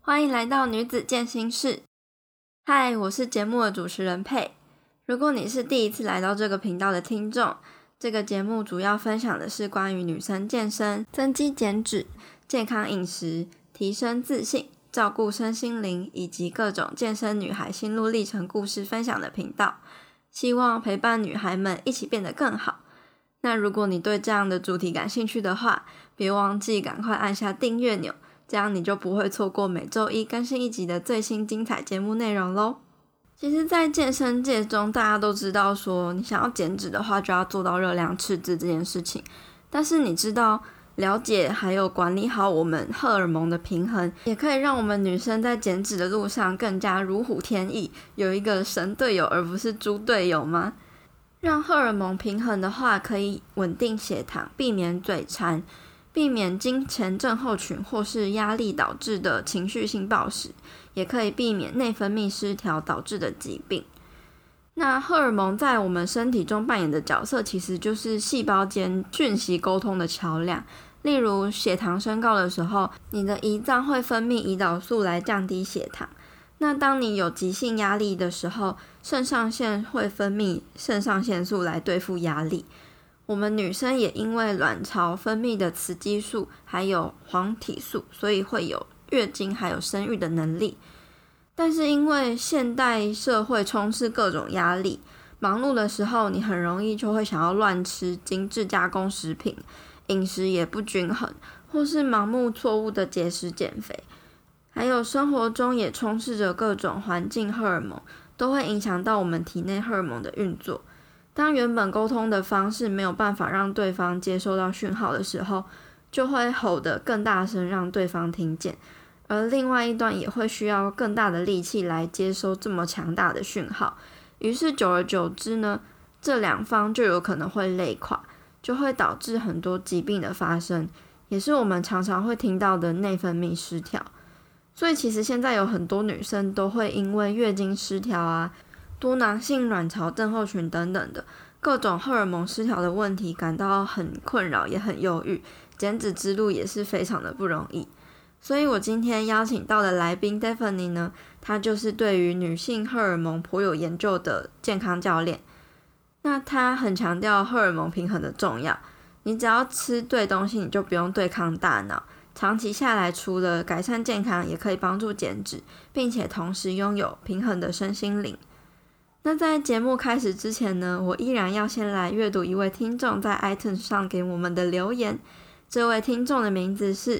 欢迎来到女子健心室。嗨，我是节目的主持人佩。如果你是第一次来到这个频道的听众，这个节目主要分享的是关于女生健身、增肌减脂、健康饮食、提升自信、照顾身心灵以及各种健身女孩心路历程故事分享的频道，希望陪伴女孩们一起变得更好。那如果你对这样的主题感兴趣的话，别忘记赶快按下订阅钮，这样你就不会错过每周一更新一集的最新精彩节目内容咯。其实在健身界中，大家都知道说你想要减脂的话就要做到热量赤字这件事情，但是你知道了解还有管理好我们荷尔蒙的平衡，也可以让我们女生在减脂的路上更加如虎添翼，有一个神队友而不是猪队友吗？让荷尔蒙平衡的话，可以稳定血糖，避免嘴馋，避免经前症候群或是压力导致的情绪性暴食，也可以避免内分泌失调导致的疾病。那荷尔蒙在我们身体中扮演的角色，其实就是细胞间讯息沟通的桥梁。例如血糖升高的时候，你的胰脏会分泌胰岛素来降低血糖。那当你有急性压力的时候，肾上腺会分泌肾上腺素来对付压力。我们女生也因为卵巢分泌的雌激素还有黄体素，所以会有月经还有生育的能力。但是因为现代社会充斥各种压力，忙碌的时候你很容易就会想要乱吃精致加工食品，饮食也不均衡，或是盲目错误的节食减肥，还有生活中也充斥着各种环境荷尔蒙，都会影响到我们体内荷尔蒙的运作。当原本沟通的方式没有办法让对方接收到讯号的时候，就会吼得更大声让对方听见，而另外一端也会需要更大的力气来接收这么强大的讯号。于是久而久之呢，这两方就有可能会累垮，就会导致很多疾病的发生，也是我们常常会听到的内分泌失调。所以其实现在有很多女生都会因为月经失调啊、多囊性卵巢症候群等等的各种荷尔蒙失调的问题感到很困扰，也很忧郁，减脂之路也是非常的不容易。所以我今天邀请到的来宾 Daphne 呢，她就是对于女性荷尔蒙颇有研究的健康教练。那她很强调荷尔蒙平衡的重要，你只要吃对东西，你就不用对抗大脑，长期下来除了改善健康，也可以帮助减脂，并且同时拥有平衡的身心灵。那在节目开始之前呢，我依然要先来阅读一位听众在 iTunes 上给我们的留言。这位听众的名字是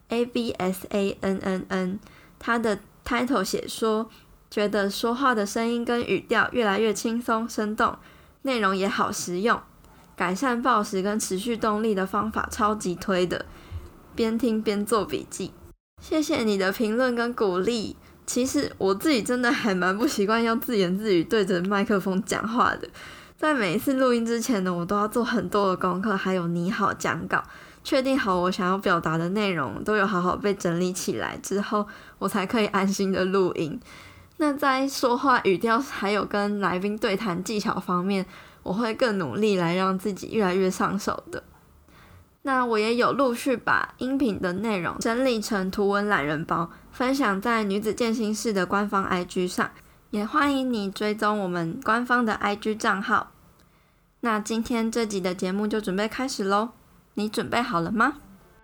ABSANNN， 他的 title 写说，觉得说话的声音跟语调越来越轻松生动，内容也好实用，改善暴食跟持续动力的方法超级推的，边听边做笔记。谢谢你的评论跟鼓励。其实我自己真的还蛮不习惯要自言自语对着麦克风讲话的，在每一次录音之前呢，我都要做很多的功课，还有拟好讲稿，确定好我想要表达的内容都有好好被整理起来之后，我才可以安心的录音。那在说话语调还有跟来宾对谈技巧方面，我会更努力来让自己越来越上手的。那我也有陆续把音频的内容整理成图文懒人包，分享在女子健心室的官方 IG 上，也欢迎你追踪我们官方的 IG 账号。那今天这集的节目就准备开始咯，你准备好了吗？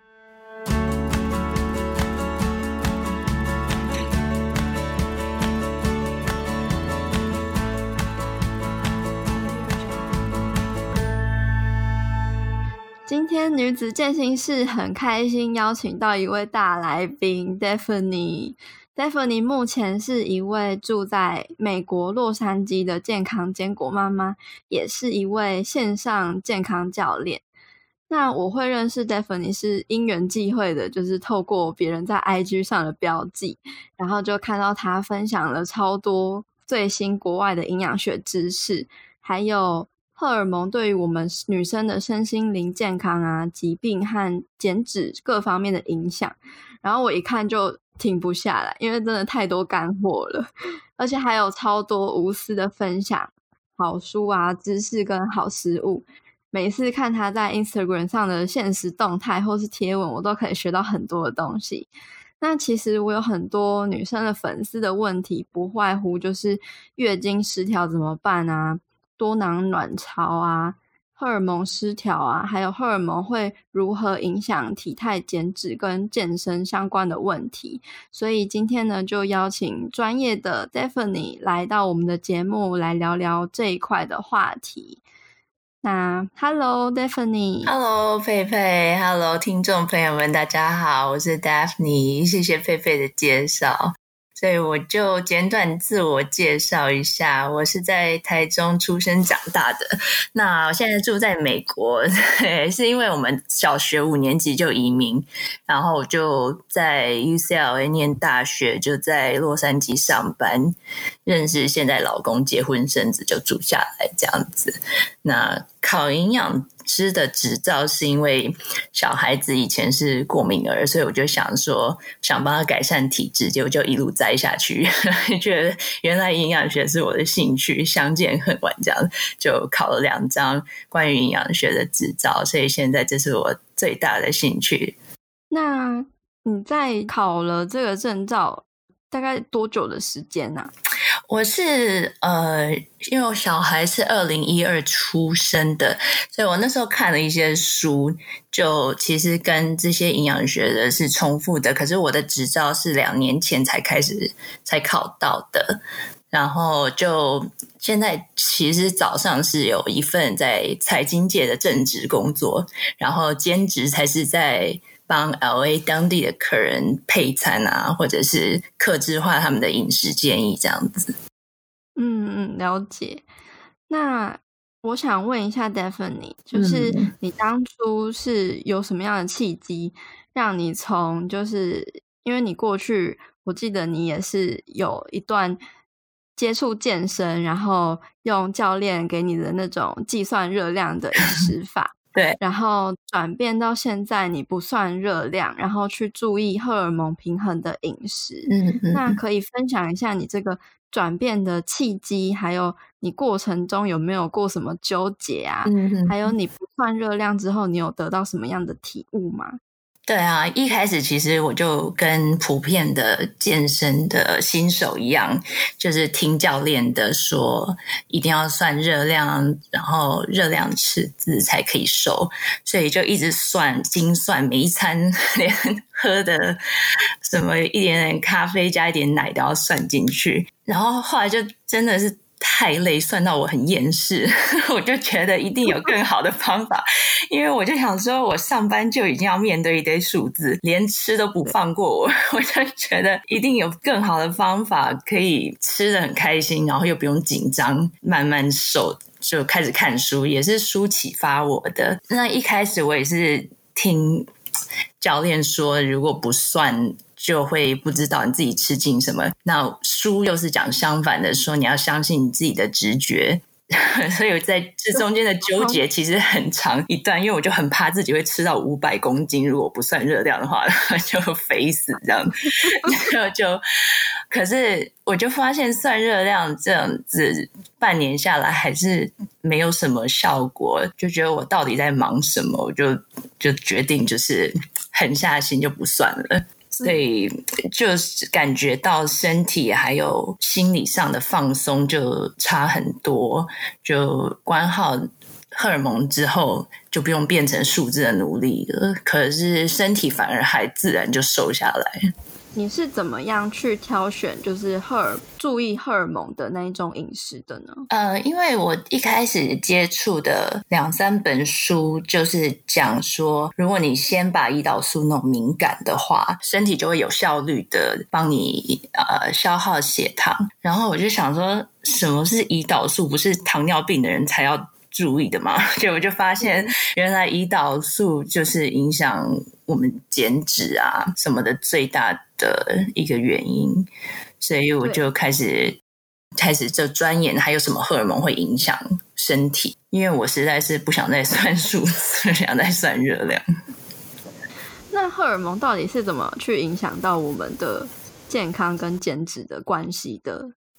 今天女子健心室很开心邀请到一位大来宾 Daphne。Daphne 目前是一位住在美国洛杉矶的健康坚果妈妈，也是一位线上健康教练。那我会认识 Daphne 是因缘际会的，就是透过别人在 IG 上的标记，然后就看到她分享了超多最新国外的营养学知识，还有荷尔蒙对于我们女生的身心灵健康啊、疾病和减脂各方面的影响，然后我一看就停不下来，因为真的太多干货了，而且还有超多无私的分享，好书啊、知识跟好食物。每次看他在 Instagram 上的限时动态或是贴文，我都可以学到很多的东西。 那其实我有很多女生的粉丝的问题，不外乎就是月经失调怎么办啊，多囊卵巢啊，荷尔蒙失调啊，还有荷尔蒙会如何影响体态减脂跟健身相关的问题。所以今天呢，就邀请专业的 Daphne 来到我们的节目来聊聊这一块的话题。那 Hello Daphne。 Hello 佩佩 ，Hello 听众朋友们，大家好，我是 Daphne， 谢谢佩佩的介绍。所以我就简短自我介绍一下，我是在台中出生长大的，那我现在住在美国，是因为我们小学5年级就移民，然后我就在 UCLA 念大学，就在洛杉矶上班，认识现在老公，结婚生子就住下来这样子。那考营养师的执照是因为小孩子以前是过敏儿，所以我就想说想帮他改善体质，结果就一路栽下去觉得原来营养学是我的兴趣，相见恨晚，这样就考了2张关于营养学的执照，所以现在这是我最大的兴趣。 那你在考了这个证照大概多久的时间啊？ 我是因为我小孩是2012出生的，所以我那时候看了一些书，就其实跟这些营养学的是重复的，可是我的执照是2年前才考到的。然后就现在其实早上是有一份在财经界的正职工作，然后兼职才是在帮 LA 当地的客人配餐啊，或者是客制化他们的饮食建议这样子。 了解。那我想问一下 Daphne， 就是你当初是有什么样的契机让你从，就是因为你过去我记得你也是有一段接触健身，然后用教练给你的那种计算热量的饮食法对， 然后转变到现在你不算热量，然后去注意荷尔蒙平衡的饮食。那可以分享一下你这个转变的契机，还有你过程中有没有过什么纠结啊？还有你不算热量之后你有得到什么样的体悟吗？ 对啊，一开始其实我就跟普遍的健身的新手一样，就是听教练的说一定要算热量，然后热量赤字才可以瘦，所以就一直精算每一餐，连喝的什么一点点咖啡加一点奶都要算进去，然后后来就真的是太累，算到我很厌世我就觉得一定有更好的方法，因为我就想说我上班就已经要面对一堆数字，连吃都不放过我就觉得一定有更好的方法可以吃得很开心，然后又不用紧张，慢慢瘦，就开始看书，也是书启发我的。那一开始我也是听教练说如果不算就会不知道你自己吃进什么，那书又是讲相反的，说你要相信你自己的直觉所以在这中间的纠结其实很长一段，因为我就很怕自己会吃到500公斤，如果不算热量的话就肥死这样可是我就发现算热量这样子半年下来还是没有什么效果，就觉得我到底在忙什么，我就决定就是狠下心就不算了，所以就是感觉到身体还有心理上的放松就差很多，就管好荷尔蒙之后就不用变成数字的奴隶了，可是身体反而还自然就瘦下来。 你是怎么样去挑选就是注意荷尔蒙的那一种饮食的呢？ 因为我一开始接触的2-3本书就是讲说，如果你先把胰岛素弄敏感的话，身体就会有效率的帮你消耗血糖，然后我就想说什么是胰岛素，不是糖尿病的人才要注意的嘛，结果就发现原来胰岛素就是影响我们减脂啊什么的最大的一个原因，所以我就开始就钻研还有什么荷尔蒙会影响身体，因为我实在是不想再算数字，不想再算热量。 那荷尔蒙到底是怎么去影响到我们的健康跟减脂的关系的？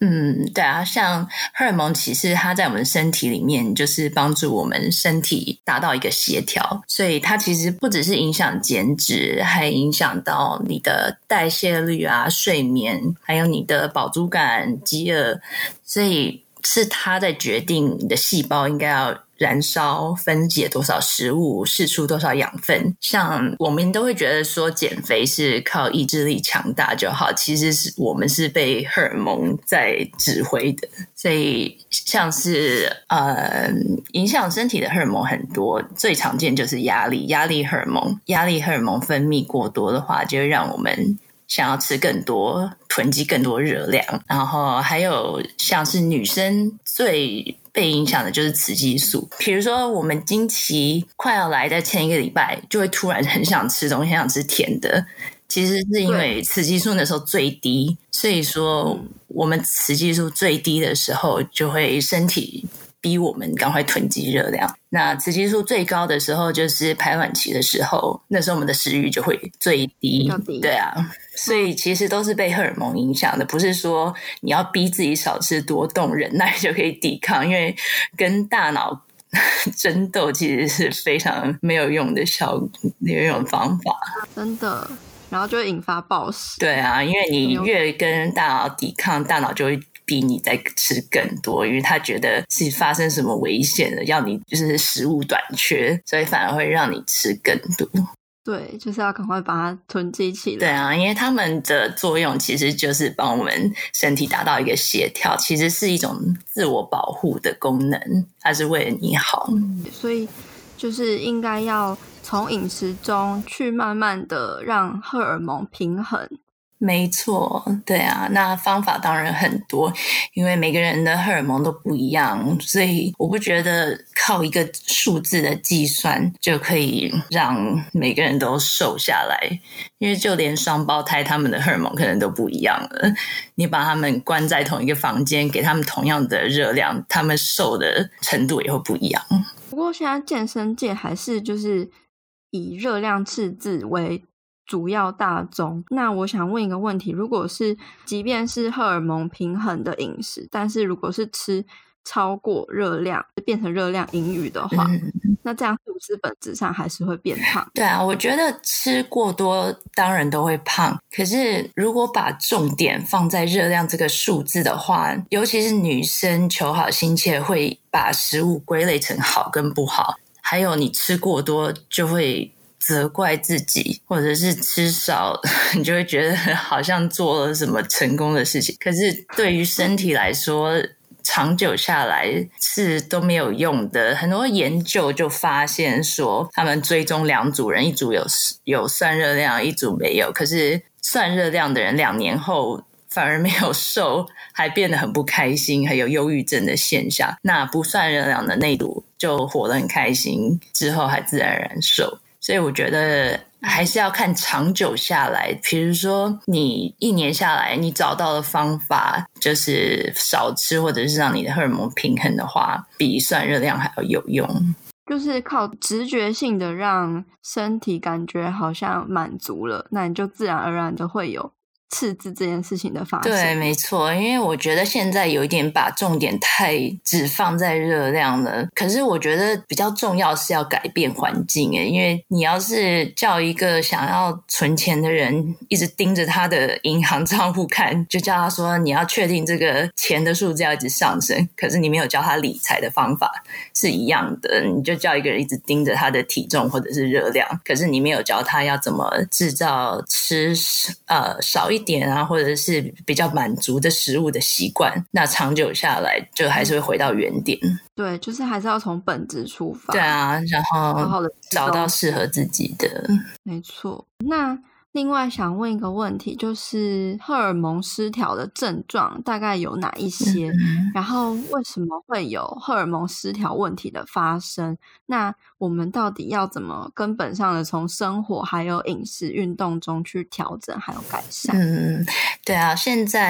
对啊，像荷尔蒙其实它在我们身体里面就是帮助我们身体达到一个协调，所以它其实不只是影响减脂，还影响到你的代谢率啊、睡眠，还有你的饱足感、饥饿，所以是它在决定你的细胞应该要燃烧分解多少食物，释出多少养分。像我们都会觉得说减肥是靠意志力强大就好，其实是我们是被荷尔蒙在指挥的。所以像是影响身体的荷尔蒙很多，最常见就是压力荷尔蒙分泌过多的话，就会让我们想要吃更多，囤积更多热量。然后还有像是女生最被影响的就是雌激素，比如说我们经期快要来的前一个礼拜，就会突然很想吃东西，很想吃甜的，其实是因为雌激素那时候最低，所以说我们雌激素最低的时候，就会身体逼我们赶快囤积热量。那雌激素最高的时候就是排卵期的时候，那时候我们的食欲就会最低。对啊，所以其实都是被荷尔蒙影响的，不是说你要逼自己少吃多动忍耐就可以抵抗，因为跟大脑争斗其实是非常没有用的方法， 真的。然后就会引发暴食。 对啊，因为你越跟大脑抵抗，大脑就会逼你再吃更多，因为他觉得是发生什么危险了，要你就是食物短缺，所以反而会让你吃更多。 对，就是要赶快把它囤积起来。 对啊，因为他们的作用其实就是帮我们身体达到一个协调，其实是一种自我保护的功能，它是为了你好。 所以就是应该要从饮食中去慢慢的让荷尔蒙平衡。 没错，对啊，那方法当然很多，因为每个人的荷尔蒙都不一样，所以我不觉得靠一个数字的计算就可以让每个人都瘦下来，因为就连双胞胎他们的荷尔蒙可能都不一样了，你把他们关在同一个房间，给他们同样的热量，他们瘦的程度也会不一样。 不过现在健身界还是就是以热量赤字为主要大宗。那我想问一个问题，如果是即便是荷尔蒙平衡的饮食，但是如果是吃超过热量变成热量盈余的话，那这样是不是本质上还是会变胖？ 对啊，我觉得吃过多当然都会胖，可是如果把重点放在热量这个数字的话，尤其是女生求好心切会把食物归类成好跟不好，还有你吃过多就会责怪自己，或者是吃少你就会觉得好像做了什么成功的事情，可是对于身体来说长久下来是都没有用的。很多研究就发现说，他们追踪2组人，一组有算热量，一组没有，可是算热量的人2年后反而没有瘦，还变得很不开心，还有忧郁症的现象。那不算热量的那组就活得很开心，之后还自然而然瘦。所以我觉得还是要看长久下来，比如说你1年下来你找到的方法就是少吃，或者是让你的荷尔蒙平衡的话，比算热量还要有用。 就是靠直觉性的让身体感觉好像满足了，那你就自然而然的会有赤字这件事情的发生。 对，没错，因为我觉得现在有一点把重点太只放在热量了，可是我觉得比较重要是要改变环境耶，因为你要是叫一个想要存钱的人一直盯着他的银行账户看，就叫他说你要确定这个钱的数字要一直上升，可是你没有教他理财的方法是一样的，你就叫一个人一直盯着他的体重或者是热量，可是你没有教他要怎么制造吃少一点啊，或者是比较满足的食物的习惯，那长久下来就还是会回到原点。 对，就是还是要从本质出发。 对啊，然后好好的找到适合自己的。 没错。那另外想问一个问题，就是荷尔蒙失调的症状大概有哪一些？然后为什么会有荷尔蒙失调问题的发生？那我们到底要怎么根本上的从生活还有饮食运动中去调整还有改善？ 对啊，现在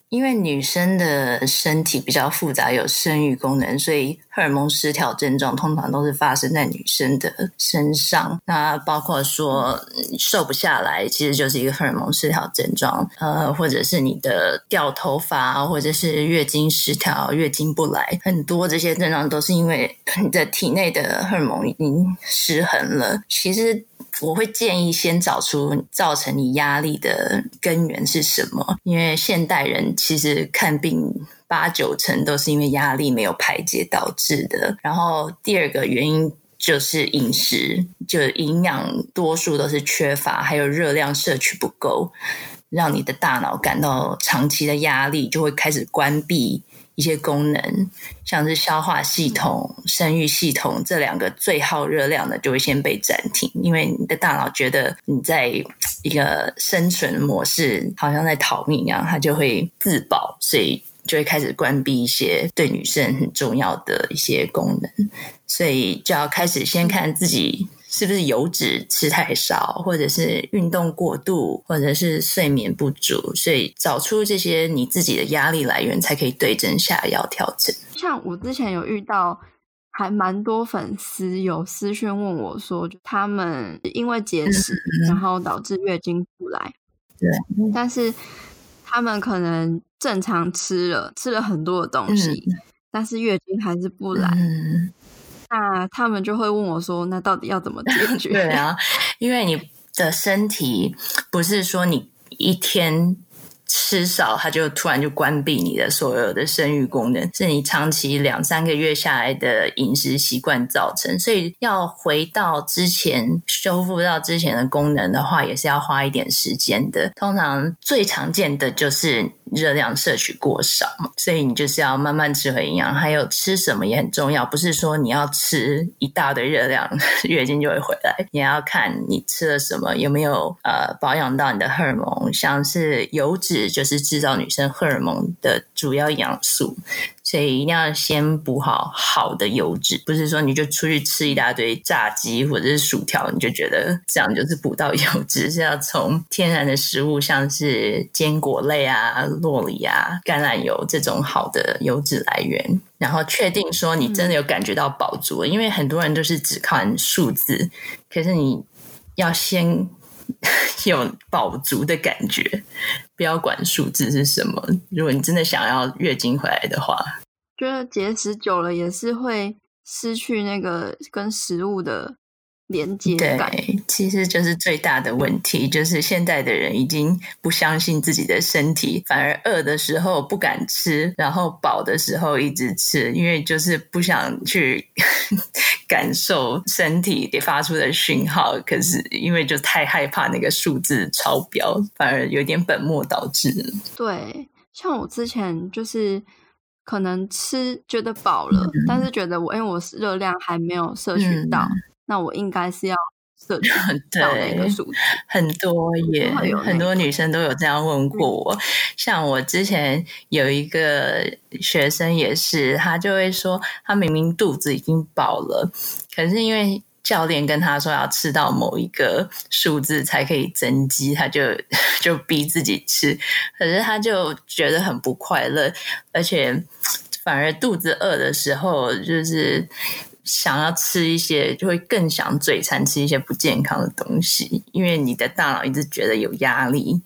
因为女生的身体比较复杂，有生育功能，所以荷尔蒙失调症状通常都是发生在女生的身上。那包括说瘦不下来，其实就是一个荷尔蒙失调症状，或者是你的掉头发，或者是月经失调、月经不来，很多这些症状都是因为你的体内的荷尔蒙已经失衡了。其实我会建议先找出造成你压力的根源是什么，因为现代人其实看病8-9成都是因为压力没有排解导致的。然后第二个原因就是饮食，就营养多数都是缺乏，还有热量摄取不够，让你的大脑感到长期的压力，就会开始关闭一些功能，像是消化系统、生育系统这两个最耗热量的就会先被暂停，因为你的大脑觉得你在一个生存模式，好像在逃命一样，它就会自保，所以就会开始关闭一些对女生很重要的一些功能，所以就要开始先看自己是不是油脂吃太少，或者是运动过度，或者是睡眠不足，所以找出这些你自己的压力来源，才可以对症下药调整。 像我之前有遇到还蛮多粉丝有私讯问我说，他们因为节食然后导致月经不来， 对， 但是他们可能正常吃了很多的东西，但是月经还是不来，那他们就会问我说，那到底要怎么解决？ 对啊，因为你的身体不是说你一天吃少它就突然就关闭你的所有的生育功能，是你长期2-3个月下来的饮食习惯造成，所以要回到之前，修复到之前的功能的话，也是要花一点时间的。通常最常见的就是热量摄取过少嘛，所以你就是要慢慢吃回营养，还有吃什么也很重要，不是说你要吃一大堆热量月经就会回来，你要看你吃了什么，有没有保养到你的荷尔蒙，像是油脂就是制造女生荷尔蒙的主要营养素，所以一定要先补好的油脂，不是说你就出去吃一大堆炸鸡或者是薯条你就觉得这样就是补到油脂，是要从天然的食物，像是坚果类啊、酪梨啊、橄榄油这种好的油脂来源，然后确定说你真的有感觉到饱足了，因为很多人都是只看数字，可是你要先有饱足的感觉，不要管数字是什么，如果你真的想要月经回来的话。 觉得节食久了也是会失去那个跟食物的连接感。 对，其实就是最大的问题，就是现在的人已经不相信自己的身体，反而饿的时候不敢吃，然后饱的时候一直吃，因为就是不想去感受身体给发出的讯号，可是因为就太害怕那个数字超标，反而有点本末倒置。 对，像我之前就是可能吃觉得饱了，但是觉得因为我热量还没有摄取到，那我应该是要摄取到那个数字。 很多女生都有这样问过我，像我之前有一个学生也是，他就会说他明明肚子已经饱了，可是因为教练跟他说要吃到某一个数字才可以增肌，他就逼自己吃，可是他就觉得很不快乐，而且反而肚子饿的时候就是想要吃一些，就会更想嘴馋吃一些不健康的东西，因为你的大脑一直觉得有压力。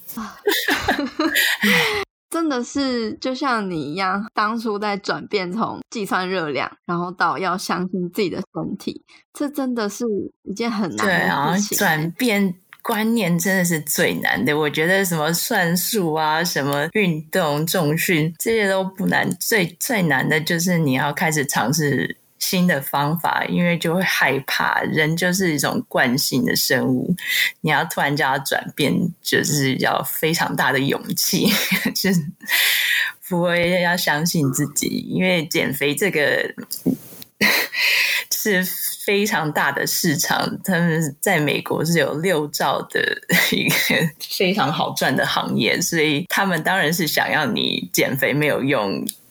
真的是就像你一样，当初在转变从计算热量，然后到要相信自己的身体，这真的是一件很难的事情。 对啊，转变观念真的是最难的。我觉得什么算术啊，什么运动、重训，这些都不难，最难的就是你要开始尝试新的方法，因为就会害怕，人就是一种惯性的生物，你要突然叫他转变，就是要非常大的勇气，就是不会要相信自己，因为减肥这个是非常大的市场，他们在美国是有6兆的一个非常好赚的行业，所以他们当然是想要你减肥没有用，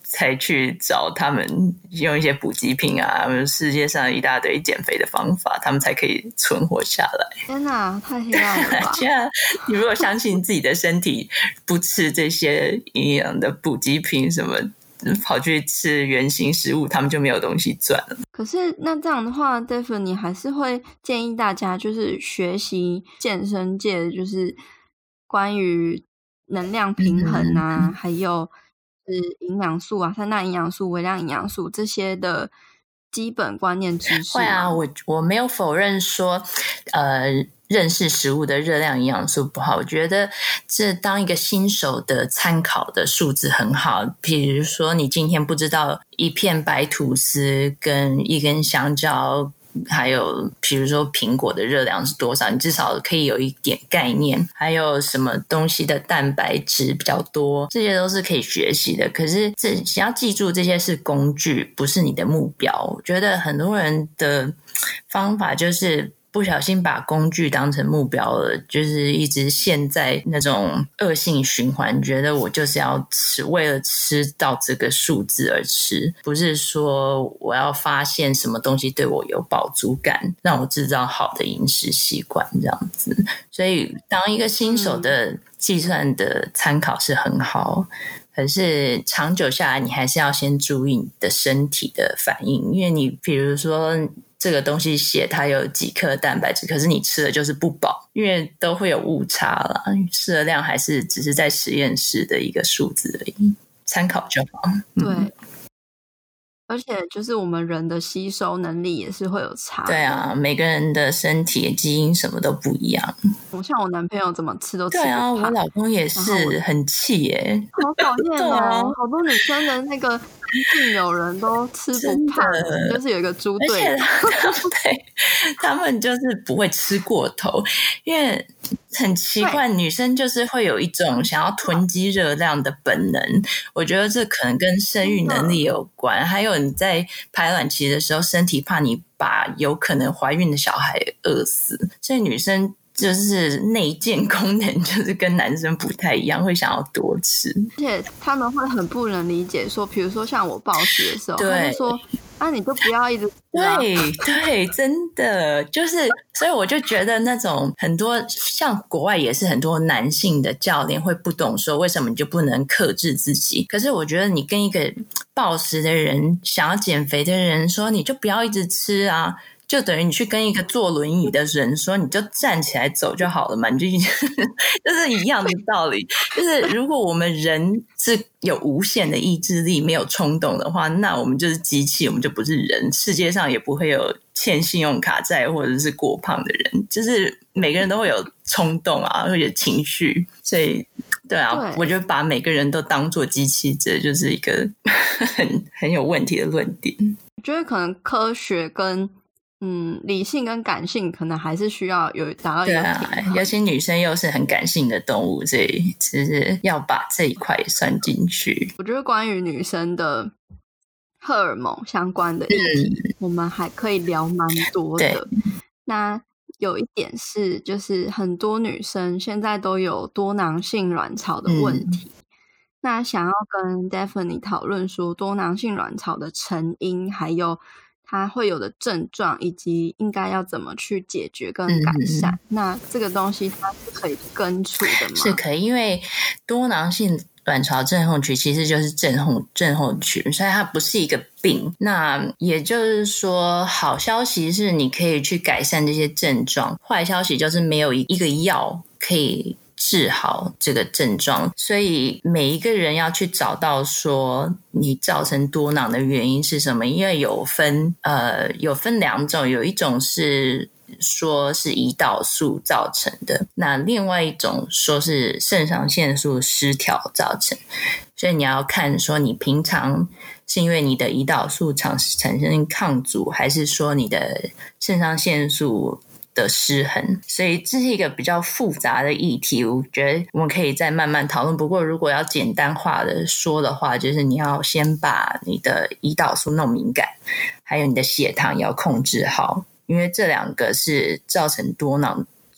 才去找他们用一些补给品啊，世界上一大堆减肥的方法，他们才可以存活下来。 天哪，太黑暗了吧！ 现在你如果相信自己的身体不吃这些营养的补给品什么，跑去吃原型食物，他们就没有东西赚了。 可是那这样的话 Daphne 你还是会建议大家就是学习健身界就是关于能量平衡啊，还有是营养素啊，三大营养素、微量营养素这些的基本观念知识。 会啊，我没有否认说认识食物的热量营养素不好，我觉得这当一个新手的参考的数字很好。比如说你今天不知道一片白吐司跟一根香蕉还有比如说苹果的热量是多少，你至少可以有一点概念，还有什么东西的蛋白质比较多，这些都是可以学习的。可是你要记住，这些是工具，不是你的目标。我觉得很多人的方法就是不小心把工具当成目标了，就是一直陷在那种恶性循环，觉得我就是要吃，为了吃到这个数字而吃，不是说我要发现什么东西对我有饱足感，让我制造好的饮食习惯这样子。所以当一个新手的计算的参考是很好，可是长久下来你还是要先注意你的身体的反应，因为你比如说这个东西写它有几克蛋白质，可是你吃的就是不饱，因为都会有误差啦，吃的量还是只是在实验室的一个数字而已，参考就好。 对，而且就是我们人的吸收能力也是会有差。 对啊，每个人的身体基因什么都不一样。 像我男朋友怎么吃都吃不对啊， 胖， 我老公也是很气耶， 好讨厌哦、 啊！ 好多女生的那个男性友人都吃不胖，就是有一个猪队友， 他们就是不会吃过头，因为很奇怪，女生就是会有一种想要囤积热量的本能，我觉得这可能跟生育能力有关，还有你在排卵期的时候，身体怕你把有可能怀孕的小孩饿死，所以女生就是内建功能就是跟男生不太一样，会想要多吃， 而且他们会很不能理解说，比如说像我暴食的时候，他就说啊，你就不要一直吃啊。 对，真的就是，所以我就觉得那种很多像国外也是很多男性的教练会不懂说为什么你就不能克制自己，可是我觉得你跟一个暴食的人想要减肥的人说你就不要一直吃啊，就等于你去跟一个坐轮椅的人说你就站起来走就好了嘛，你就是一样的道理，就是如果我们人是有无限的意志力没有冲动的话，那我们就是机器，我们就不是人，世界上也不会有欠信用卡债或者是过胖的人，就是每个人都会有冲动啊，会有情绪，所以对啊，我就把每个人都当作机器，这就是一个很有问题的论点。 我觉得可能科学跟理性跟感性可能还是需要有达到一个平衡。 对啊，尤其女生又是很感性的动物，所以其实要把这一块也算进去。 我觉得关于女生的荷尔蒙相关的议题，我们还可以聊蛮多的。那有一点是，就是很多女生现在都有多囊性卵巢的问题。那想要跟 Daphne 讨论说多囊性卵巢的成因，还有它会有的症状，以及应该要怎么去解决跟改善。那这个东西它是可以根除的吗？ 是可以，因为多囊性卵巢症候群其实就是症候群，所以它不是一个病。那也就是说，好消息是你可以去改善这些症状，坏消息就是没有一个药可以治好这个症状，所以每一个人要去找到说你造成多囊的原因是什么，因为有分两种，有一种是说是胰岛素造成的，那另外一种说是肾上腺素失调造成，所以你要看说你平常是因为你的胰岛素产生抗阻，还是说你的肾上腺素的失衡，所以这是一个比较复杂的议题，我觉得我们可以再慢慢讨论。不过如果要简单化的说的话，就是你要先把你的胰岛素弄敏感，还有你的血糖要控制好，因为这两个是造成多囊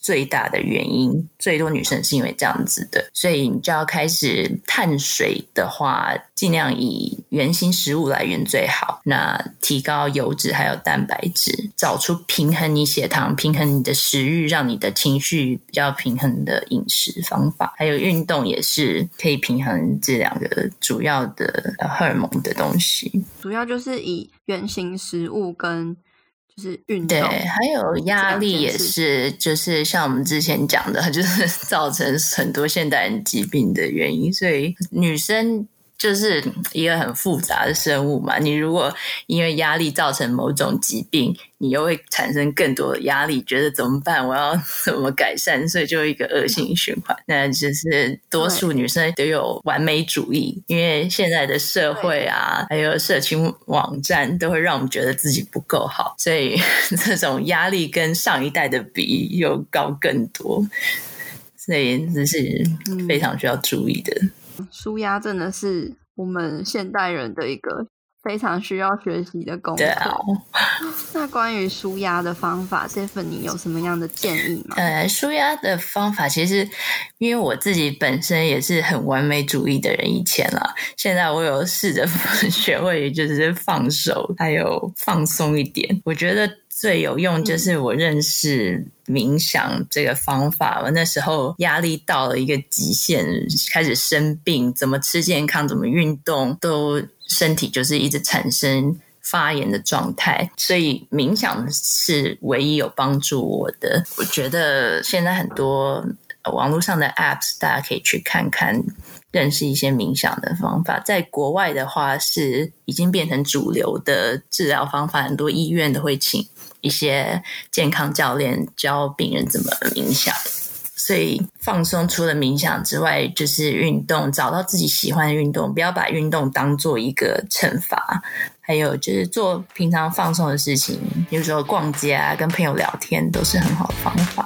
最大的原因，最多女生是因为这样子的，所以你就要开始碳水的话尽量以原型食物来源最好，那提高油脂还有蛋白质，找出平衡你血糖、平衡你的食欲，让你的情绪比较平衡的饮食方法，还有运动也是可以平衡这两个主要的荷尔蒙的东西。 主要就是以原型食物跟就是运动， 对，还有压力也是，就是像我们之前讲的，就是造成很多现代人疾病的原因。所以女生就是一个很复杂的生物嘛，你如果因为压力造成某种疾病，你又会产生更多的压力，觉得怎么办，我要怎么改善，所以就一个恶性循环。那就是多数女生都有完美主义，因为现在的社会啊还有社群网站都会让我们觉得自己不够好，所以这种压力跟上一代的比又高更多，所以这是非常需要注意的。 舒压真的是我们现代人的一个非常需要学习的功课。 对啊。 那关于舒压的方法 Stephanie 有什么样的建议吗？ 舒压的方法其实因为我自己本身也是很完美主义的人以前啦，现在我有试着学会就是放手还有放松一点。我觉得最有用就是我认识冥想这个方法，我那时候压力到了一个极限，开始生病，怎么吃健康怎么运动都身体就是一直产生发炎的状态，所以冥想是唯一有帮助我的。我觉得现在很多网络上的 apps 大家可以去看看，认识一些冥想的方法。在国外的话是已经变成主流的治疗方法，很多医院都会请一些健康教练教病人怎么冥想。所以放松除了冥想之外就是运动，找到自己喜欢的运动，不要把运动当做一个惩罚。还有就是做平常放松的事情，比如说逛街啊，跟朋友聊天都是很好的方法。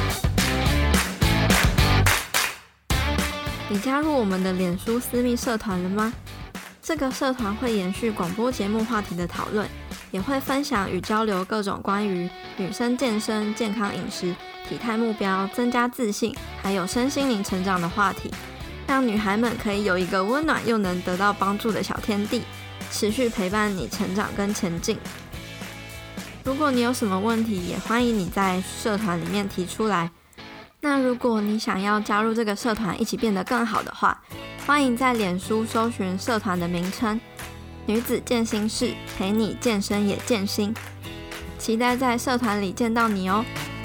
你加入我们的脸书私密社团了吗？这个社团会延续广播节目话题的讨论，也会分享与交流各种关于女生健身、健康饮食、体态目标、增加自信，还有身心灵成长的话题，让女孩们可以有一个温暖又能得到帮助的小天地，持续陪伴你成长跟前进。如果你有什么问题，也欢迎你在社团里面提出来。那如果你想要加入这个社团一起变得更好的话，欢迎在脸书搜寻社团的名称女子健心室，陪你健身也健心，期待在社团里见到你哦。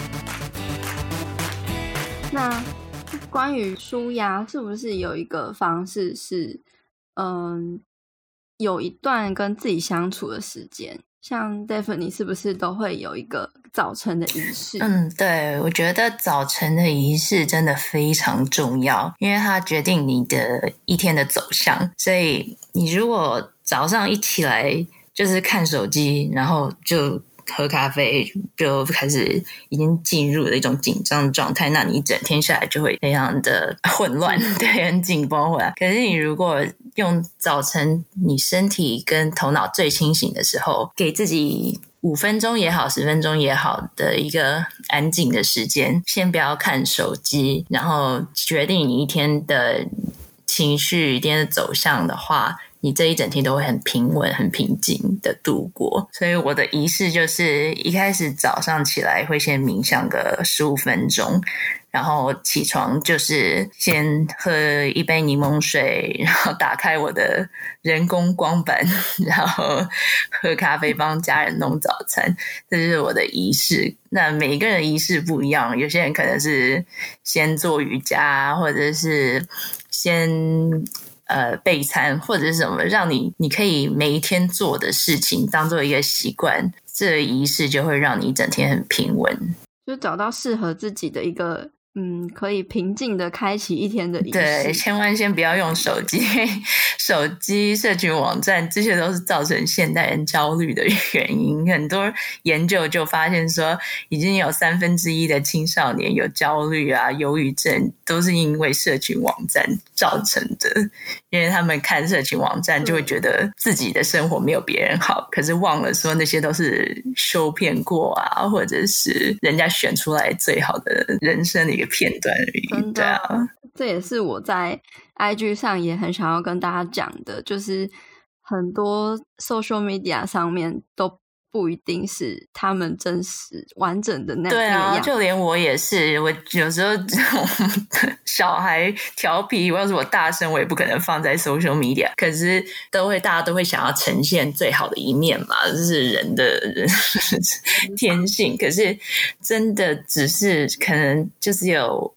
那关于舒压是不是有一个方式是有一段跟自己相处的时间，像 Stephanie 是不是都会有一个早晨的仪式？ 对，我觉得早晨的仪式真的非常重要，因为它决定你的一天的走向。所以你如果早上一起来就是看手机，然后就喝咖啡，就开始已经进入了一种紧张的状态，那你一整天下来就会非常的混乱，对，很紧绷回来。可是你如果用早晨你身体跟头脑最清醒的时候，给自己5分钟也好10分钟也好的一个安静的时间，先不要看手机，然后决定你一天的情绪一天的走向的话，你这一整天都会很平稳很平静的度过。所以我的仪式就是一开始早上起来会先冥想个15分钟，然后起床就是先喝一杯柠檬水，然后打开我的人工光板，然后喝咖啡帮家人弄早餐，这就是我的仪式。那每一个人的仪式不一样，有些人可能是先做瑜伽，或者是先备餐，或者是什么，让你可以每一天做的事情当做一个习惯，这个仪式就会让你一整天很平稳， 就找到适合自己的一个可以平静的开启一天的仪式。 对，千万先不要用手机，手机、社群网站，这些都是造成现代人焦虑的原因。很多研究就发现说，已经有1/3的青少年有焦虑啊、忧郁症，都是因为社群网站造成的。因为他们看社群网站就会觉得自己的生活没有别人好，可是忘了说那些都是修片过啊，或者是人家选出来最好的人生的一个片段而已。 真的， 对啊， 这也是我在 IG 上也很想要跟大家讲的，就是很多 social media 上面都不一定是他们真实完整的那对啊， 样。 就连我也是，我有时候小孩调皮，要是我大声，我也不可能放在 social media， 可是大家都会想要呈现最好的一面嘛，这是人的天性。可是真的只是可能就是有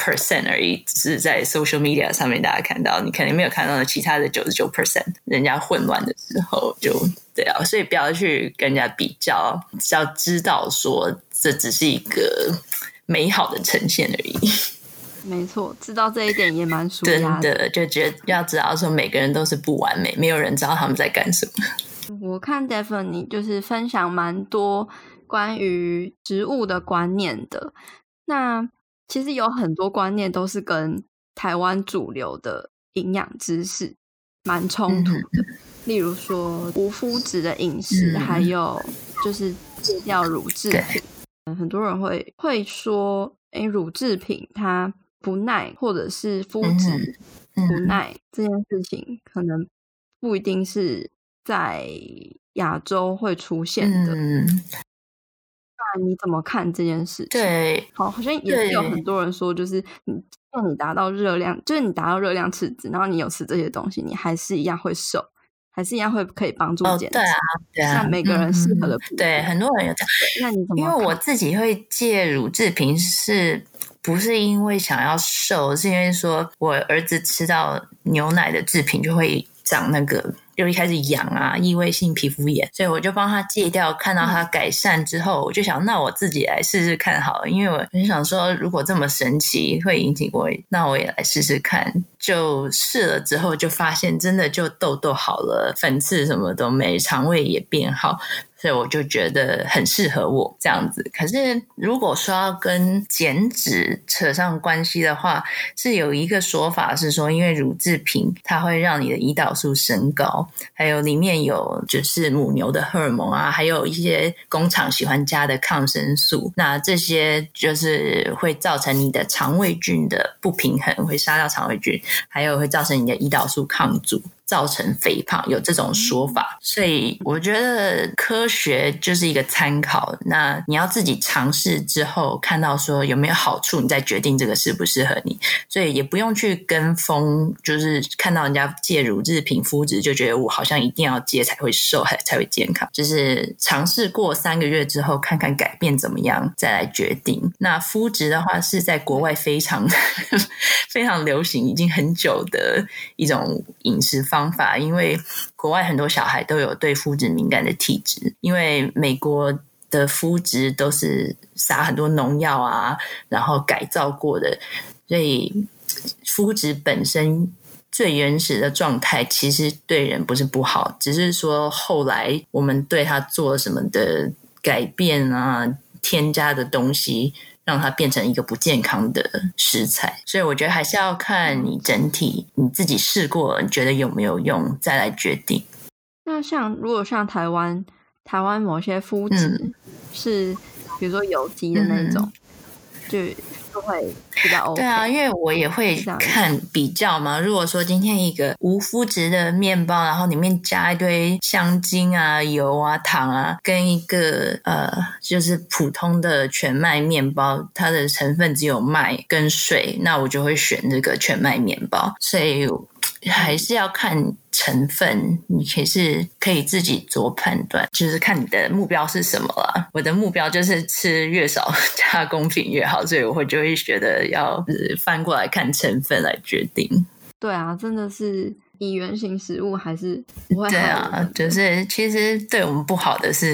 1% 而已，只是在 social media 上面大家看到，你可能没有看到其他的99%，人家混乱的时候就。对啊，所以不要去跟人家比较，只要知道说这只是一个美好的呈现而已。 没错，知道这一点也蛮舒压的。 真的，就觉得要知道说每个人都是不完美，没有人知道他们在干什么。 我看 Daphne 就是分享蛮多关于食物的观念的，那其实有很多观念都是跟台湾主流的营养知识蛮冲突的。例如说无麸质的饮食，还有就是戒掉乳制品。很多人会说乳制品它不耐，或者是麸质不耐，这件事情可能不一定是在亚洲会出现的。那你怎么看这件事情？ 对， 好像也是有很多人说，就是你达到热量，就是你达到热量赤字，然后你有吃这些东西，你还是一样会瘦，还是一样会可以帮助减脂。 对啊， 那每个人适合的不一样。 对，很多人有这样。 那你怎么看？ 因为我自己会戒乳制品，是不是因为想要瘦？是因为说我儿子吃到牛奶的制品就会长那个。就一开始痒啊，异位性皮肤炎，所以我就帮他戒掉。看到他改善之后，我就想，那我自己来试试看好了。因为我就想说，如果这么神奇会引起我，那我也来试试看。就试了之后，就发现真的就痘痘好了，粉刺什么都没，肠胃也变好。所以我就觉得很适合我这样子。可是如果说要跟减脂扯上关系的话，是有一个说法是说，因为乳制品它会让你的胰岛素升高，还有里面有就是母牛的荷尔蒙啊，还有一些工厂喜欢加的抗生素，那这些就是会造成你的肠胃菌的不平衡，会杀掉肠胃菌，还有会造成你的胰岛素抗阻，造成肥胖，有这种说法。所以我觉得科学就是一个参考，那你要自己尝试之后看到说有没有好处，你再决定这个适不适合你。所以也不用去跟风，就是看到人家戒乳制品麸质就觉得我好像一定要戒才会瘦才会健康，就是尝试过3个月之后看看改变怎么样再来决定。那麸质的话是在国外非常非常流行，已经很久的一种饮食方法，因为国外很多小孩都有对麸质敏感的体质，因为美国的麸质都是撒很多农药啊，然后改造过的，所以麸质本身最原始的状态其实对人不是不好，只是说后来我们对它做了什么的改变啊，添加的东西让它变成一个不健康的食材。所以我觉得还是要看你整体你自己试过你觉得有没有用再来决定。 那如果像台湾某些麸质是比如说有机的那种，就会比较 OK。 对啊，因为我也会看比较嘛。如果说今天一个无麸质的面包，然后里面加一堆香精啊、油啊、糖啊，跟一个就是普通的全麦面包，它的成分只有麦跟水，那我就会选这个全麦面包。所以还是要看成分，你可以自己做判断，就是看你的目标是什么啦。我的目标就是吃越少加工品越好，所以我就会觉得要翻过来看成分来决定。 对啊，真的是以原型食物还是不会好。 对啊，就是其实对我们不好的是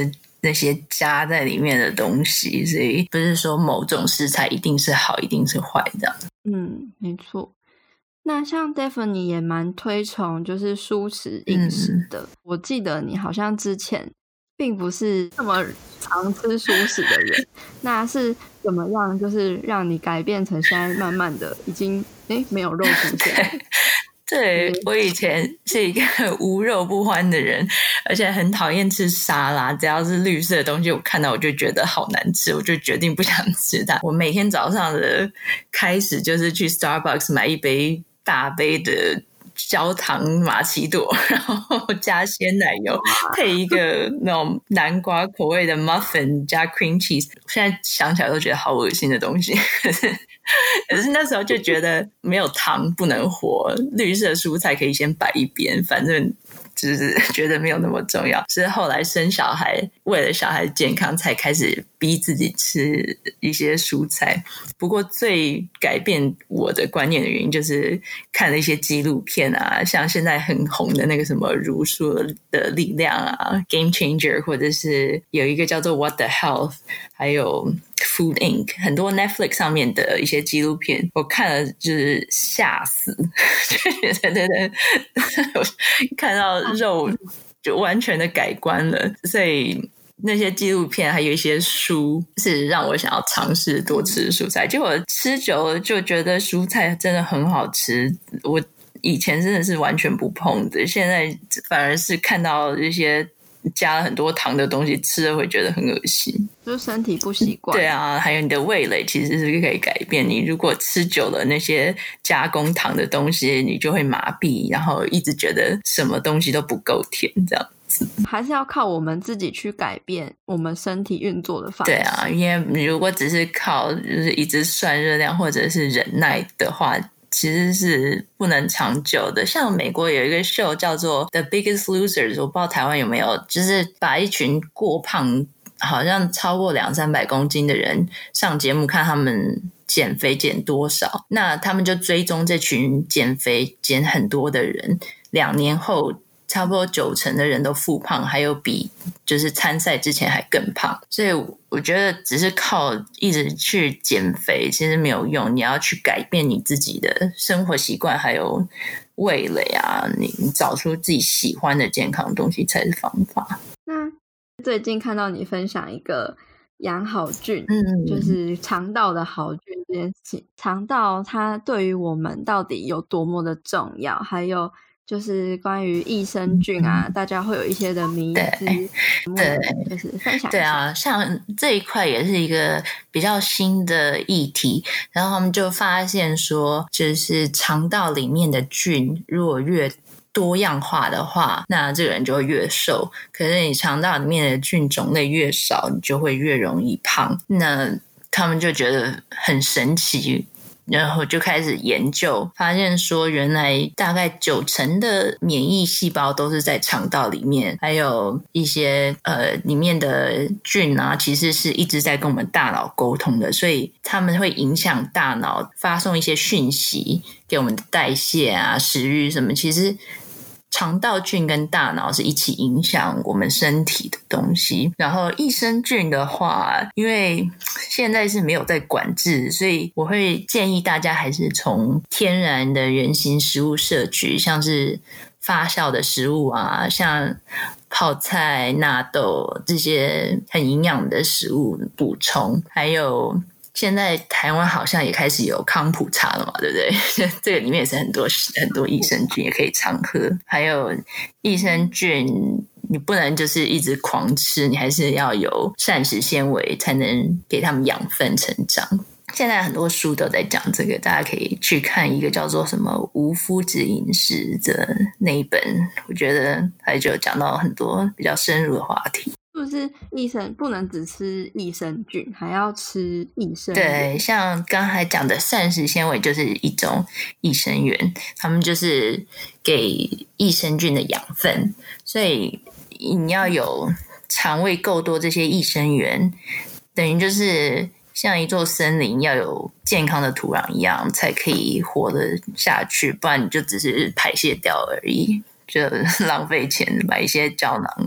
那些加在里面的东西，所以不是说某种食材一定是好一定是坏这样。 没错。那像 Daphne 也蛮推崇就是蔬食饮食的，我记得你好像之前并不是这么常吃蔬食的人，那是怎么样就是让你改变成现在慢慢的已经没有肉出现？ 对，我以前是一个无肉不欢的人，而且很讨厌吃沙拉，只要是绿色的东西我看到我就觉得好难吃，我就决定不想吃它。我每天早上的开始就是去 Starbucks 买一杯大杯的焦糖玛奇朵，然后加鲜奶油，配一个那种南瓜口味的 muffin 加 cream cheese， 现在想起来都觉得好恶心的东西。可是那时候就觉得没有糖不能活，绿色蔬菜可以先摆一边，反正就是觉得没有那么重要。是后来生小孩，为了小孩健康才开始逼自己吃一些蔬菜。不过最改变我的观念的原因就是看了一些纪录片啊，像现在很红的那个什么茹素的力量啊 Game Changer， 或者是有一个叫做 What the Health， 还有Food Inc， 很多 Netflix 上面的一些纪录片我看了就是吓死，就觉得看到肉就完全的改观了。所以那些纪录片还有一些书是让我想要尝试多吃蔬菜，结果吃久了就觉得蔬菜真的很好吃，我以前真的是完全不碰的，现在反而是看到一些加了很多糖的东西吃了会觉得很恶心， 就是身体不习惯。 对啊，还有你的味蕾其实是可以改变，你如果吃久了那些加工糖的东西你就会麻痹，然后一直觉得什么东西都不够甜这样子， 还是要靠我们自己去改变我们身体运作的方式。 对啊，因为你如果只是靠就是一直算热量或者是忍耐的话其实是不能长久的。像美国有一个秀叫做 The Biggest Losers， 我不知道台湾有没有，就是把一群过胖好像超过200-300公斤的人上节目看他们减肥减多少，那他们就追踪这群减肥减很多的人，2年后差不多90%的人都复胖，还有比就是参赛之前还更胖。所以我觉得只是靠一直去减肥其实没有用，你要去改变你自己的生活习惯还有味蕾啊，你找出自己喜欢的健康的东西才是方法。 那最近看到你分享一个养好菌，就是肠道的好菌这件事情，肠道它对于我们到底有多么的重要，还有就是关于益生菌啊，大家会有一些的迷思，对，就是分享一下。 对啊，像这一块也是一个比较新的议题，然后他们就发现说，就是肠道里面的菌如果越多样化的话，那这个人就会越瘦，可是你肠道里面的菌种类越少，你就会越容易胖。那他们就觉得很神奇，然后就开始研究，发现说原来大概90%的免疫细胞都是在肠道里面，还有一些里面的菌啊，其实是一直在跟我们大脑沟通的，所以他们会影响大脑发送一些讯息给我们的代谢啊、食欲什么，其实肠道菌跟大脑是一起影响我们身体的东西。然后益生菌的话，因为现在是没有在管制，所以我会建议大家还是从天然的原型食物摄取，像是发酵的食物啊，像泡菜、纳豆这些很营养的食物补充，还有现在台湾好像也开始有康普茶了嘛，对不对？这个里面也是很多益生菌，也可以常喝。还有益生菌你不能就是一直狂吃，你还是要有膳食纤维才能给他们养分成长。现在很多书都在讲这个，大家可以去看一个叫做什么无麸质饮食的那一本，我觉得它就讲到很多比较深入的话题。 就是不能只吃益生菌，还要吃益生元。 对，像刚才讲的膳食纤维就是一种益生元，他们就是给益生菌的养分，所以你要有肠胃够多这些益生元，等于就是像一座森林要有健康的土壤一样才可以活得下去，不然你就只是排泄掉而已，就浪费钱买一些胶囊。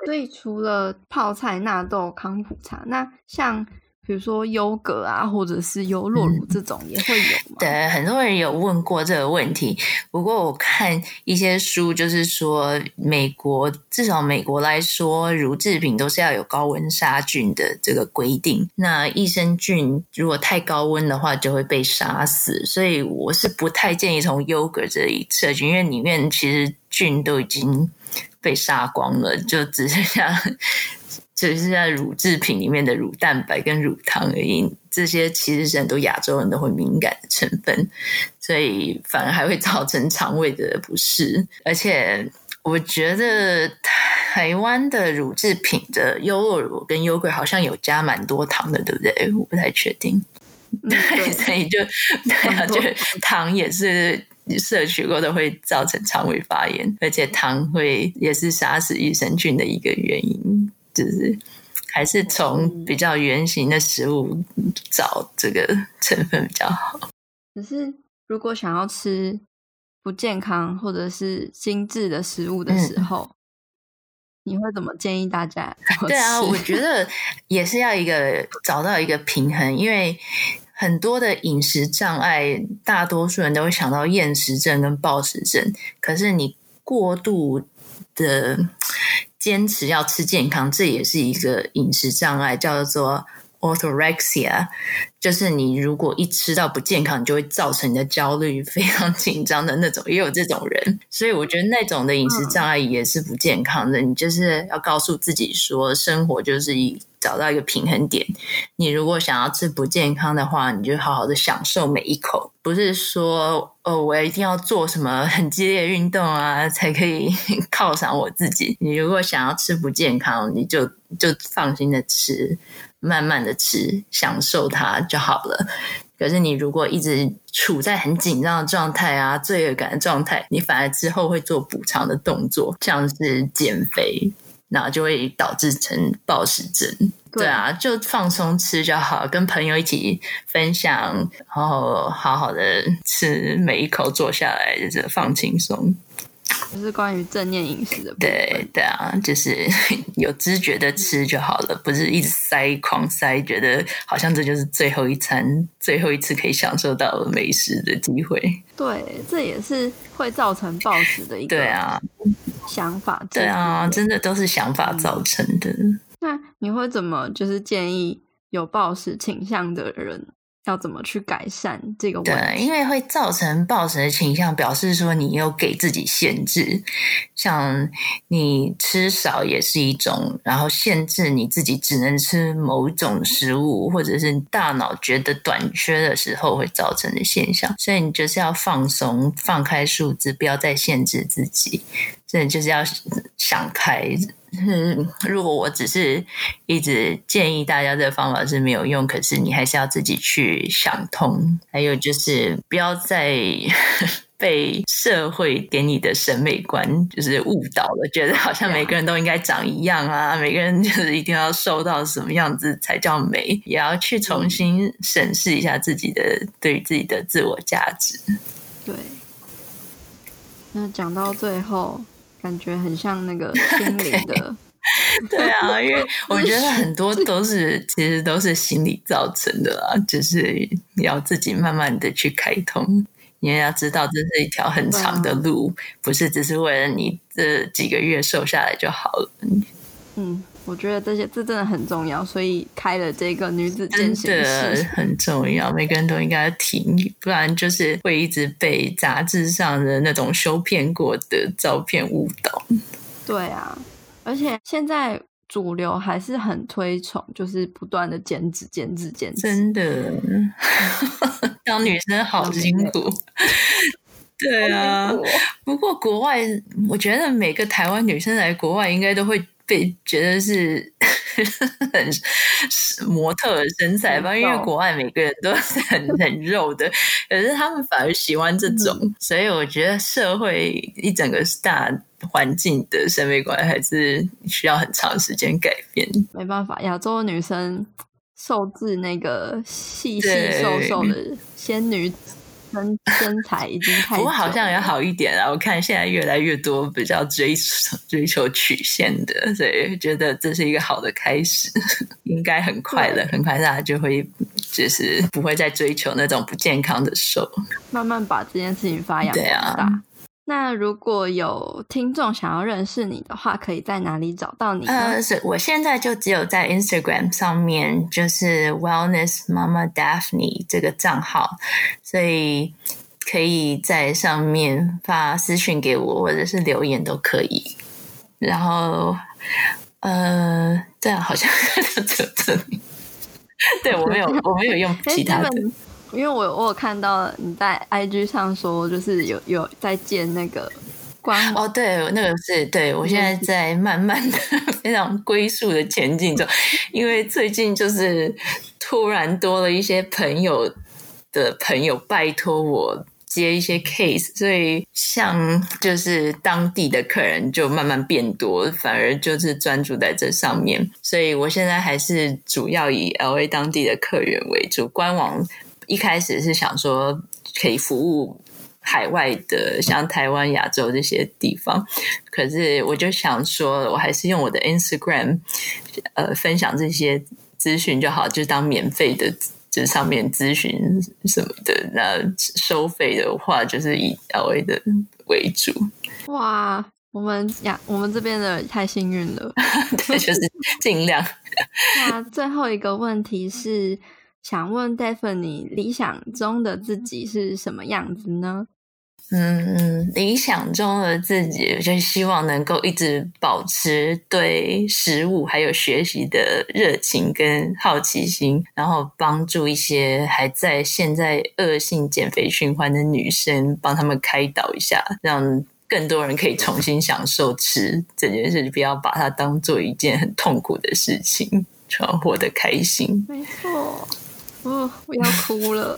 所以除了泡菜、纳豆、康普茶，那像比如说优格啊，或者是优酪乳这种也会有吗？ 对，很多人有问过这个问题。不过我看一些书，就是说至少美国来说，乳制品都是要有高温杀菌的这个规定。那益生菌如果太高温的话，就会被杀死。所以我是不太建议从优格这里摄取，因为里面其实菌都已经被杀光了，就只剩下乳制品里面的乳蛋白跟乳糖而已，这些其实是很多亚洲人都会敏感的成分，所以反而还会造成肠胃的不适。而且我觉得台湾的乳制品的优酪乳跟优格好像有加蛮多糖的，对不对？我不太确定。对，所以就糖也是摄取过的会造成肠胃发炎，而且糖也是杀死益生菌的一个原因。就是还是从比较原型的食物找这个成分比较好。 可是如果想要吃不健康或者是精致的食物的时候，你会怎么建议大家怎么吃？ 对啊，我觉得也是要找到一个平衡，因为很多的饮食障碍，大多数人都会想到厌食症跟暴食症，可是你过度的坚持要吃健康，这也是一个饮食障碍，叫做 orthorexia， 就是你如果一吃到不健康，你就会造成你的焦虑非常紧张的那种，也有这种人。所以我觉得那种的饮食障碍也是不健康的，你就是要告诉自己说，生活就是找到一个平衡点。你如果想要吃不健康的话，你就好好的享受每一口，不是说我一定要做什么很激烈的运动啊才可以犒赏我自己。你如果想要吃不健康，你就放心的吃，慢慢的吃，享受它就好了。可是你如果一直处在很紧张的状态啊，罪恶感的状态，你反而之后会做补偿的动作，像是减肥，然后就会导致成暴食症。对啊，就放松吃就好，跟朋友一起分享，然后好好的吃，每一口坐下来就是放轻松。 就是关于正念饮食的部分。 对啊，就是有知觉的吃就好了，不是一直狂塞，觉得好像这就是最后一餐，最后一次可以享受到美食的机会。 对，这也是会造成暴食的一个想法。 对啊，真的都是想法造成的。 那你会怎么就是建议有暴食倾向的人要怎么去改善这个问题？ 对，因为会造成暴食的倾向，表示说你有给自己限制，像你吃少也是一种，然后限制你自己只能吃某种食物，或者是大脑觉得短缺的时候会造成的现象。所以你就是要放松，放开数字，不要再限制自己，所以就是要想开。如果我只是一直建议大家这个方法是没有用，可是你还是要自己去想通。还有就是不要再被社会给你的审美观就是误导了，觉得好像每个人都应该长一样啊，每个人就是一定要瘦到什么样子才叫美，也要去重新审视一下自己的对于自己的自我价值。 对，那讲到最后感觉很像那个心灵的对啊，因为我觉得很多其实都是心理造成的啦，就是要自己慢慢的去开通，你也要知道这是一条很长的路，不是只是为了你这几个月瘦下来就好了。 我觉得这真的很重要，所以开了这个女子健行室， 真的很重要，每个人都应该听，不然就是会一直被杂志上的那种修片过的照片误导。 对啊，而且现在主流还是很推崇，就是不断的减脂，真的当女生好辛苦。对啊，不过国外我觉得每个台湾女生来国外应该都会被觉得是很模特的身材吧，因为国外每个人都是很肉的，可是他们反而喜欢这种，所以我觉得社会一整个大环境的审美观还是需要很长时间改变。 没办法，亚洲女生受制那个细细瘦瘦的仙女身材已经太久了。 不过好像也好一点啊，我看现在越来越多比较追求曲线的，所以觉得这是一个好的开始。应该很快了，很快大家就会就是不会再追求那种不健康的瘦， 慢慢把这件事情发扬光大。那如果有听众想要认识你的话，可以在哪里找到你呢？ 我现在就只有在 Instagram 上面，就是 Wellness Mama Daphne 这个账号，所以可以在上面发私讯给我，或者是留言都可以。然后对啊，好像就只有这里。对，我没有用其他的。 因为我有看到你在 IG 上说，就是有在建那个官网。 对，那个是对我现在在慢慢的非常龟速的前进中，因为最近就是突然多了一些朋友拜托我接一些 case， 所以像就是当地的客人就慢慢变多，反而就是专注在这上面，所以我现在还是主要以 LA 当地的客源为主。官网一开始是想说可以服务海外的，像台湾、亚洲这些地方，可是我就想说，我还是用我的 Instagram 分享这些资讯就好，就当免费的，就上面咨询什么的。那收费的话，就是以 LA 的为主。 哇，我们这边的太幸运了。 对，就是尽量。 那最后一个问题是，想问 Daphne 理想中的自己是什么样子呢？ 理想中的自己，我就希望能够一直保持对食物还有学习的热情跟好奇心，然后帮助一些还在现在恶性减肥循环的女生，帮他们开导一下，让更多人可以重新享受吃这件事，不要把它当做一件很痛苦的事情，就要活得开心。 没错。我要哭了。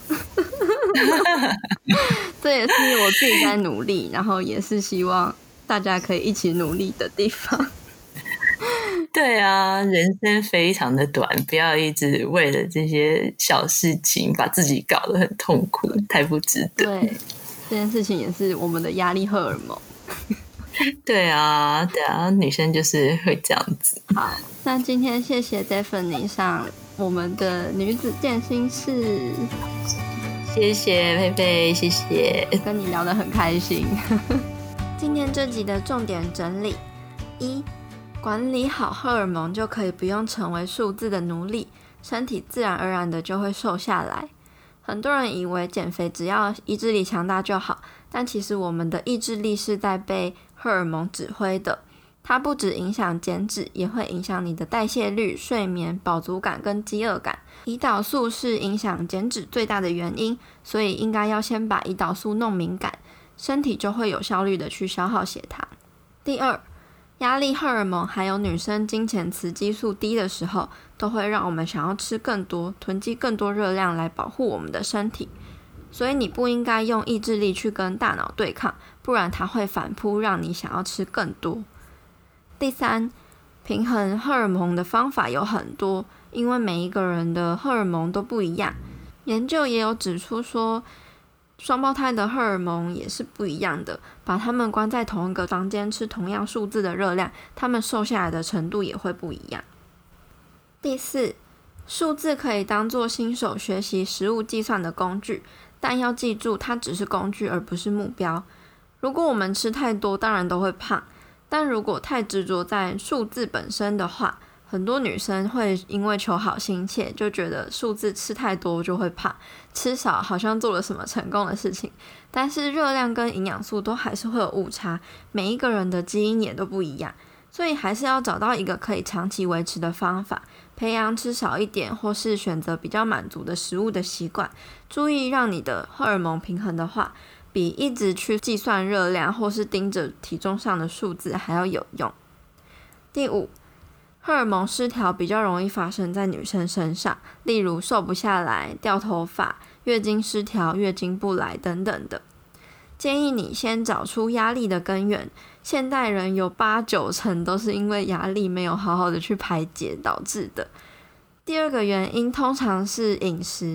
这也是我自己在努力，然后也是希望大家可以一起努力的地方。 对啊，人生非常的短，不要一直为了这些小事情把自己搞得很痛苦，太不值得。 对，这件事情也是我们的压力荷尔蒙。 对啊，女生就是会这样子。 好，那今天谢谢 Daphne 上我们的女子健心室。 谢谢佩佩，谢谢， 跟你聊得很开心。今天这集的重点整理： 1. 管理好荷尔蒙就可以不用成为数字的奴隶，身体自然而然的就会瘦下来。很多人以为减肥只要意志力强大就好，但其实我们的意志力是在被荷尔蒙指挥的。它不只影响减脂，也会影响你的代谢率、睡眠、饱足感跟饥饿感。胰岛素是影响减脂最大的原因，所以应该要先把胰岛素弄敏感，身体就会有效率的去消耗血糖。第2，压力荷尔蒙还有女生经前雌激素低的时候，都会让我们想要吃更多，囤积更多热量来保护我们的身体。所以你不应该用意志力去跟大脑对抗，不然它会反扑，让你想要吃更多。第3，平衡荷尔蒙的方法有很多，因为每一个人的荷尔蒙都不一样。研究也有指出说，双胞胎的荷尔蒙也是不一样的，把他们关在同一个房间吃同样数字的热量，他们瘦下来的程度也会不一样。第4，数字可以当作新手学习食物计算的工具，但要记住它只是工具而不是目标。如果我们吃太多，当然都会胖，但如果太执着在数字本身的话，很多女生会因为求好心切，就觉得数字吃太多就会胖，吃少好像做了什么成功的事情。但是热量跟营养素都还是会有误差，每一个人的基因也都不一样，所以还是要找到一个可以长期维持的方法，培养吃少一点或是选择比较满足的食物的习惯。注意让你的荷尔蒙平衡的话，比一直去计算热量或是盯着体重上的数字还要有用。第5，荷尔蒙失调比较容易发生在女生身上，例如瘦不下来、掉头发、月经失调、月经不来等等的。建议你先找出压力的根源，现代人有8-9成都是因为压力没有好好的去排解导致的。第2个原因通常是饮食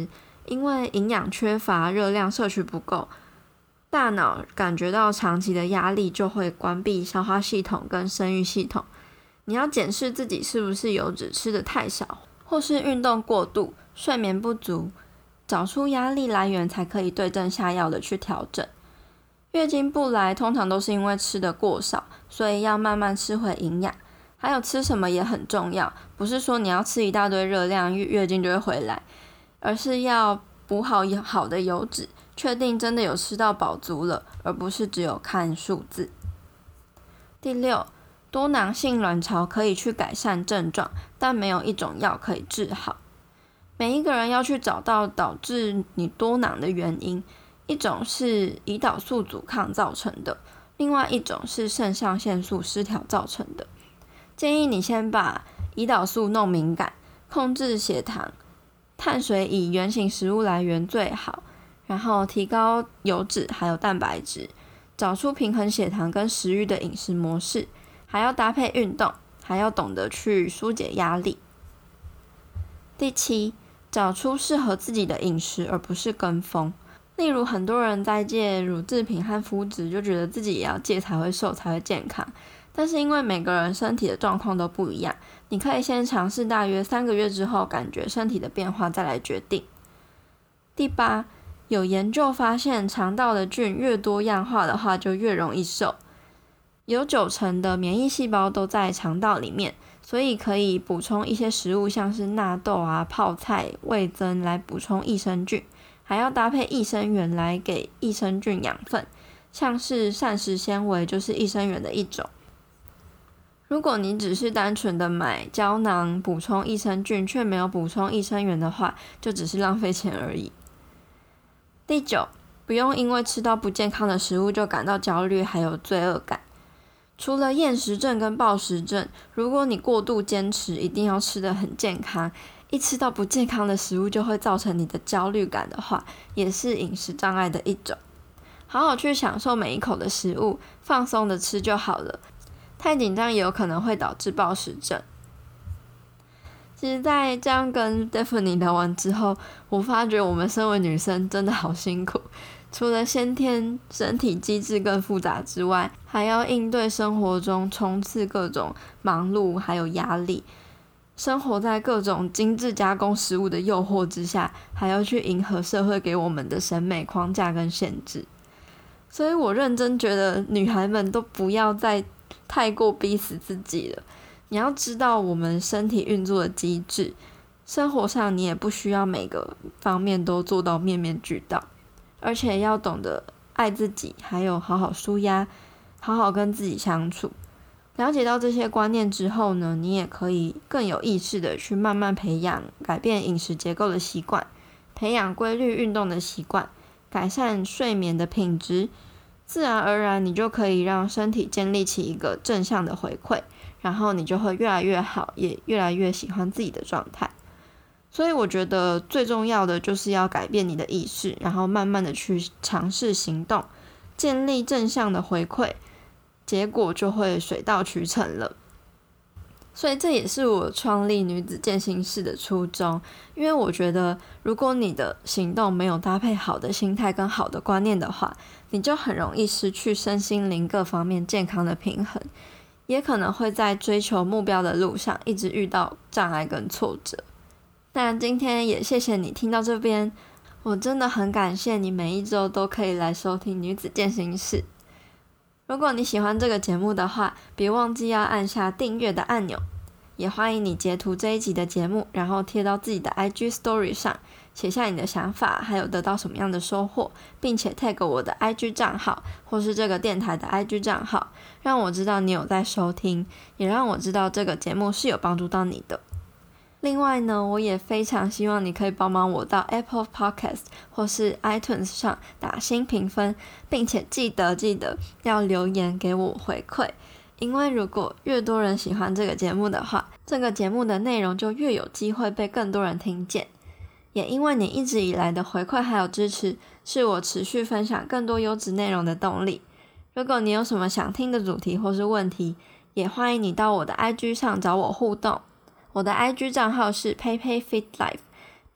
因为营养缺乏，热量摄取不够，大脑感觉到长期的压力，就会关闭消化系统跟生育系统。你要检视自己是不是油脂吃得太少，或是运动过度、睡眠不足，找出压力来源才可以对症下药的去调整。月经不来通常都是因为吃得过少，所以要慢慢吃回营养。还有吃什么也很重要，不是说你要吃一大堆热量，月经就会回来，而是要补好好的油脂，确定真的有吃到饱足了，而不是只有看数字。第6，多囊性卵巢可以去改善症状，但没有一种药可以治好。每一个人要去找到导致你多囊的原因，一种是胰岛素阻抗造成的，另外一种是肾上腺素失调造成的。建议你先把胰岛素弄敏感，控制血糖，碳水以原型食物来源最好，然后提高油脂还有蛋白质，找出平衡血糖跟食欲的饮食模式，还要搭配运动，还要懂得去疏解压力。第7，找出适合自己的饮食，而不是跟风。例如很多人在戒乳制品和麸质，就觉得自己也要戒才会瘦才会健康，但是因为每个人身体的状况都不一样，你可以先尝试大约3个月之后，感觉身体的变化再来决定。第8，有研究发现，肠道的菌越多样化的话，就越容易瘦。有90%的免疫细胞都在肠道里面，所以可以补充一些食物，像是纳豆啊、泡菜、味噌来补充益生菌，还要搭配益生元来给益生菌养分，像是膳食纤维就是益生元的一种。如果你只是单纯的买胶囊补充益生菌，却没有补充益生元的话，就只是浪费钱而已。第9，不用因为吃到不健康的食物就感到焦虑还有罪恶感。除了厌食症跟暴食症，如果你过度坚持一定要吃得很健康，一吃到不健康的食物就会造成你的焦虑感的话，也是饮食障碍的一种。好好去享受每一口的食物，放松的吃就好了。太紧张也有可能会导致暴食症。其实在这样跟 Daphne 聊完之后，我发觉我们身为女生真的好辛苦，除了先天身体机制更复杂之外，还要应对生活中冲刺各种忙碌还有压力，生活在各种精致加工食物的诱惑之下，还要去迎合社会给我们的审美框架跟限制。所以我认真觉得女孩们都不要再太过逼死自己了。你要知道我们身体运作的机制，生活上你也不需要每个方面都做到面面俱到，而且要懂得爱自己，还有好好抒压，好好跟自己相处。了解到这些观念之后呢，你也可以更有意识的去慢慢培养改变饮食结构的习惯，培养规律运动的习惯，改善睡眠的品质，自然而然你就可以让身体建立起一个正向的回馈，然后你就会越来越好，也越来越喜欢自己的状态。所以我觉得最重要的就是要改变你的意识，然后慢慢的去尝试行动，建立正向的回馈，结果就会水到渠成了。所以这也是我创立女子健心室的初衷，因为我觉得如果你的行动没有搭配好的心态跟好的观念的话，你就很容易失去身心灵各方面健康的平衡，也可能会在追求目标的路上一直遇到障碍跟挫折。那今天也谢谢你听到这边，我真的很感谢你每一周都可以来收听女子健心室。如果你喜欢这个节目的话，别忘记要按下订阅的按钮，也欢迎你截图这一集的节目，然后贴到自己的 IG Story 上，写下你的想法，还有得到什么样的收获，并且 tag 我的 IG 账号，或是这个电台的 IG 账号，让我知道你有在收听，也让我知道这个节目是有帮助到你的。另外呢，我也非常希望你可以帮忙我到 Apple Podcast 或是 iTunes 上打星评分，并且记得要留言给我回馈，因为如果越多人喜欢这个节目的话，这个节目的内容就越有机会被更多人听见。也因为你一直以来的回馈还有支持，是我持续分享更多优质内容的动力。如果你有什么想听的主题或是问题，也欢迎你到我的 IG 上找我互动。我的 IG 账号是 PeiPeiFitLife，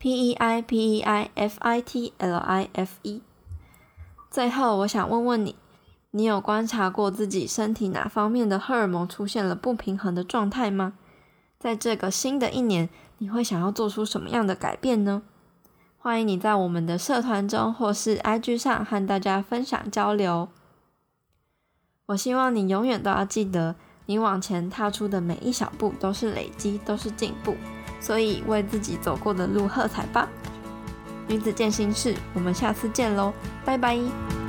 PEIPEIFITLIFE。最后，我想问问你，你有观察过自己身体哪方面的荷尔蒙出现了不平衡的状态吗？在这个新的一年，你会想要做出什么样的改变呢？欢迎你在我们的社团中或是 IG 上和大家分享交流。我希望你永远都要记得，你往前踏出的每一小步都是累积，都是进步，所以为自己走过的路喝彩吧。女子健心室，我们下次见咯，拜拜。